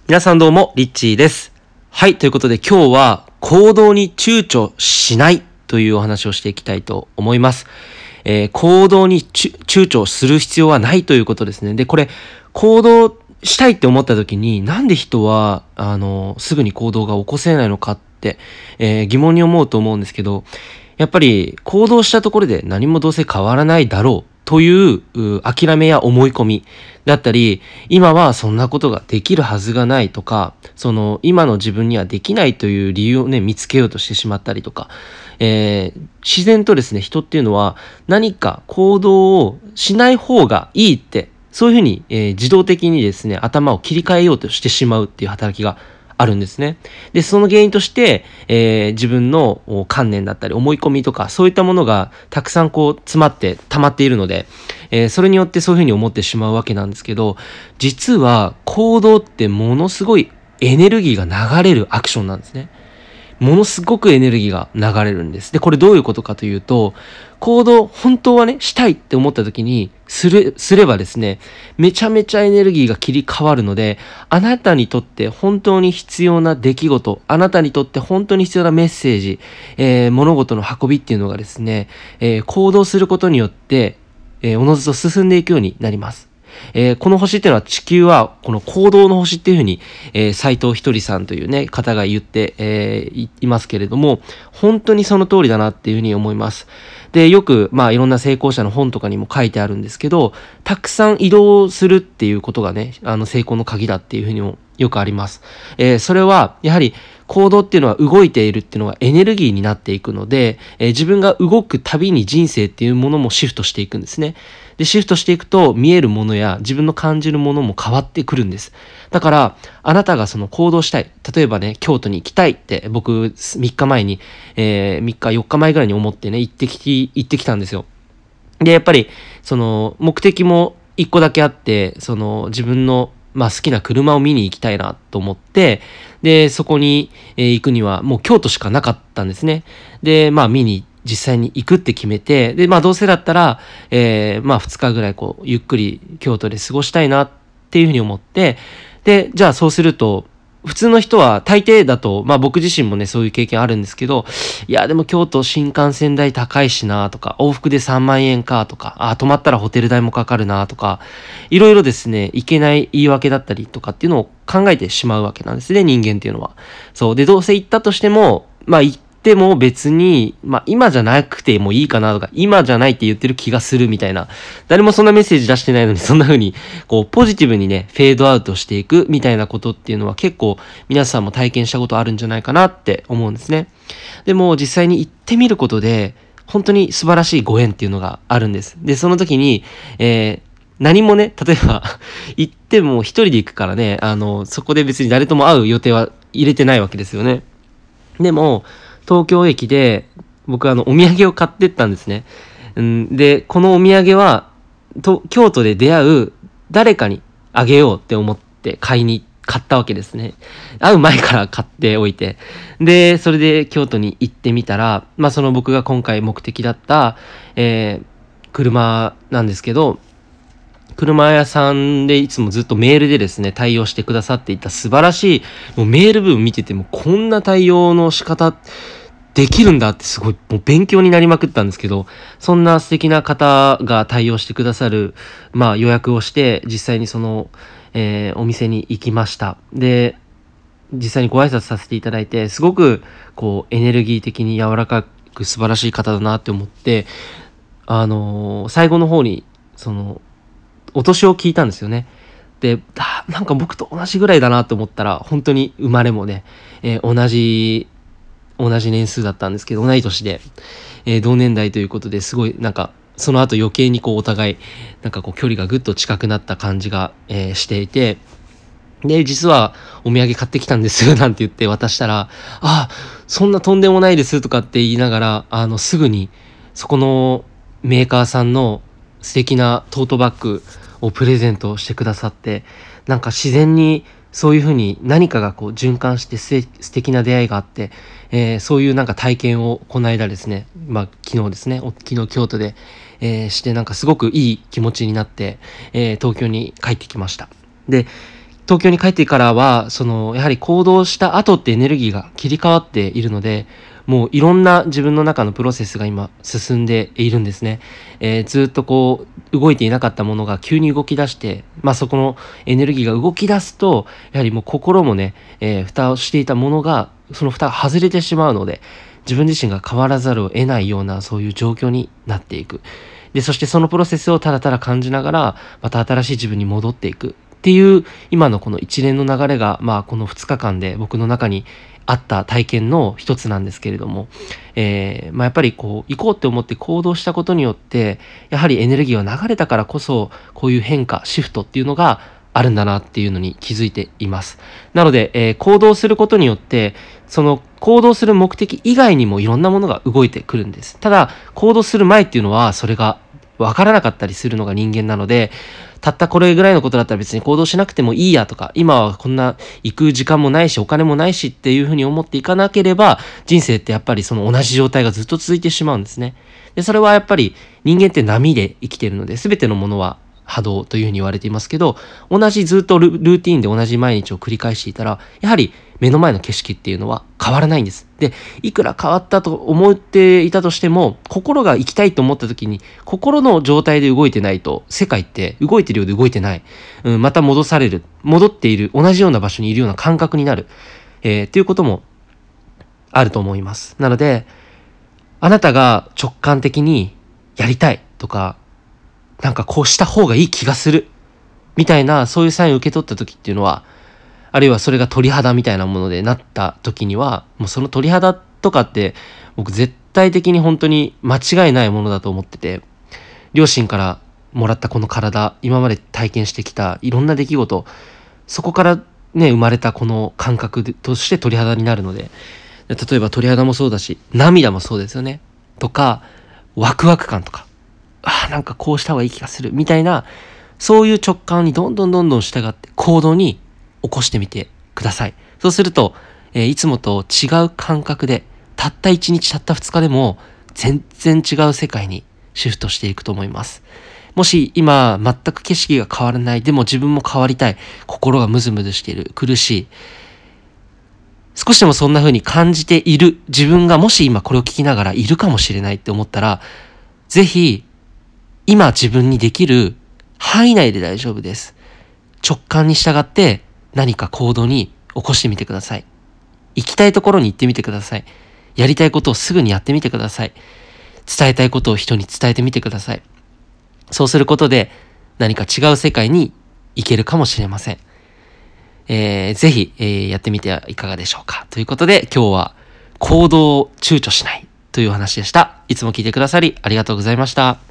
皆さんどうも、リッチーです。はい、ということで今日は行動に躊躇しないというお話をしていきたいと思います。行動に躊躇する必要はないということですね。で、これ、行動したいって思った時に、なんで人は、すぐに行動が起こせないのかって、疑問に思うと思うんですけど、やっぱり行動したところで何もどうせ変わらないだろうという諦めや思い込みだったり、今はそんなことができるはずがないとか、今の自分にはできないという理由をね、見つけようとしてしまったりとか、自然とですね、人っていうのは何か行動をしない方がいいって、そういうふうに、自動的にですね、頭を切り替えようとしてしまうっていう働きがあるんですね。で、その原因として、自分の観念だったり思い込みとかそういったものがたくさん詰まって溜まっているので、それによってそういうふうに思ってしまうわけなんですけど、実は行動ってものすごいエネルギーが流れるアクションなんですね。ものすごくエネルギーが流れるんです。で、これどういうことかというと、行動、本当はね、したいって思った時に、すればですね、めちゃめちゃエネルギーが切り替わるので、あなたにとって本当に必要な出来事、あなたにとって本当に必要なメッセージ、物事の運びっていうのがですね、行動することによって、おのずと進んでいくようになります。この星っていうのは地球はこの行動の星っていうふうに、斉藤ひとりさんというね、方が言って、いますけれども、本当にその通りだなっていうふうに思います。で、よく、いろんな成功者の本とかにも書いてあるんですけど、たくさん移動するっていうことがね、成功の鍵だっていうふうにもよくあります。それは、やはり、行動っていうのは動いているっていうのがエネルギーになっていくので、自分が動くたびに人生っていうものもシフトしていくんですね。で、シフトしていくと見えるものや自分の感じるものも変わってくるんです。だから、あなたがその行動したい。例えばね、京都に行きたいって僕3日前に、3日4日前ぐらいに思ってね、行ってきたんですよ。で、やっぱり、目的も1個だけあって、自分の好きな車を見に行きたいなと思って、で、そこに行くにはもう京都しかなかったんですね。で、見に実際に行くって決めて、で、どうせだったら、2日ぐらいゆっくり京都で過ごしたいなっていうふうに思って、で、じゃあそうすると、普通の人は大抵だと、僕自身もね、そういう経験あるんですけど、いや、でも京都新幹線代高いしなとか、往復で3万円かとか、泊まったらホテル代もかかるなとか、いろいろですね、いけない言い訳だったりとかっていうのを考えてしまうわけなんですね、人間っていうのは。そう。で、どうせ行ったとしても、行っても別に、今じゃなくてもいいかなとか、今じゃないって言ってる気がするみたいな。誰もそんなメッセージ出してないのに、そんな風に、ポジティブにね、フェードアウトしていくみたいなことっていうのは結構皆さんも体験したことあるんじゃないかなって思うんですね。でも実際に行ってみることで、本当に素晴らしいご縁っていうのがあるんです。で、その時に、何もね、例えば行っても一人で行くからね、そこで別に誰とも会う予定は入れてないわけですよね。でも、東京駅で僕お土産を買ってったんですね。で、このお土産は京都で出会う誰かにあげようって思って買ったわけですね。会う前から買っておいて。で、それで京都に行ってみたら、その僕が今回目的だった、車なんですけど、車屋さんでいつもずっとメールでですね、対応してくださっていた素晴らしい、もうメール文見ててもこんな対応の仕方できるんだってすごいもう勉強になりまくったんですけど、そんな素敵な方が対応してくださる、予約をして実際にお店に行きました。で、実際にご挨拶させていただいて、すごくエネルギー的に柔らかく素晴らしい方だなって思って、最後の方にお年を聞いたんですよね。で、なんか僕と同じぐらいだなと思ったら、本当に生まれもね、同じ年数だったんですけど、同い年で、同年代ということですごいなんか、その後余計にお互い、なんか距離がぐっと近くなった感じが、していて、で、実はお土産買ってきたんですなんて言って渡したら、そんなとんでもないですとかって言いながら、すぐにそこのメーカーさんの素敵なトートバッグをプレゼントしてくださって、なんか自然にそういうふうに何かが循環して素敵な出会いがあって、そういうなんか体験をこの間ですね、昨日ですね、昨日京都で、してなんかすごくいい気持ちになって、東京に帰ってきました。で、 東京に帰ってからは、やはり行動した後ってエネルギーが切り替わっているので、もういろんな自分の中のプロセスが今進んでいるんですね。ずっとこう動いていなかったものが急に動き出して、そこのエネルギーが動き出すと、やはりもう心もね、蓋をしていたものが、その蓋が外れてしまうので、自分自身が変わらざるを得ないようなそういう状況になっていく。で、そしてそのプロセスをただただ感じながら、また新しい自分に戻っていくっていう、今のこの一連の流れが、この2日間で僕の中にあった体験の一つなんですけれども、やっぱりこう、行こうって思って行動したことによって、やはりエネルギーが流れたからこそ、こういう変化、シフトっていうのがあるんだなっていうのに気づいています。なので、行動することによって、その行動する目的以外にもいろんなものが動いてくるんです。ただ、行動する前っていうのは、それがわからなかったりするのが人間なので、たったこれぐらいのことだったら別に行動しなくてもいいやとか、今はこんな行く時間もないしお金もないしっていうふうに思っていかなければ、人生ってやっぱりその同じ状態がずっと続いてしまうんですね。で、それはやっぱり人間って波で生きているので、全てのものは波動というふうに言われていますけど、同じずっとルーティーンで同じ毎日を繰り返していたら、やはり目の前の景色っていうのは変わらないんです。で、いくら変わったと思っていたとしても、心が行きたいと思った時に、心の状態で動いてないと、世界って動いてるようで動いてない。また戻っている、同じような場所にいるような感覚になる。っていうこともあると思います。なので、あなたが直感的にやりたいとか、なんかこうした方がいい気がする。みたいな、そういうサインを受け取った時っていうのは、あるいはそれが鳥肌みたいなものでなった時には、もうその鳥肌とかって僕絶対的に本当に間違いないものだと思ってて、両親からもらったこの体、今まで体験してきたいろんな出来事、そこからね、生まれたこの感覚として鳥肌になるので、例えば鳥肌もそうだし、涙もそうですよね。とか、ワクワク感とか、なんかこうした方がいい気がするみたいな、そういう直感にどんどん従って行動に起こしてみてください。そうすると、いつもと違う感覚で、たった1日たった2日でも全然違う世界にシフトしていくと思います。もし今全く景色が変わらない、でも自分も変わりたい、心がムズムズしている、苦しい、少しでもそんな風に感じている自分がもし今これを聞きながらいるかもしれないって思ったら、ぜひ今自分にできる範囲内で大丈夫です。直感に従って何か行動に起こしてみてください。行きたいところに行ってみてください。やりたいことをすぐにやってみてください。伝えたいことを人に伝えてみてください。そうすることで何か違う世界に行けるかもしれません。ぜひ、やってみてはいかがでしょうか。ということで今日は行動を躊躇しないというお話でした。いつも聞いてくださりありがとうございました。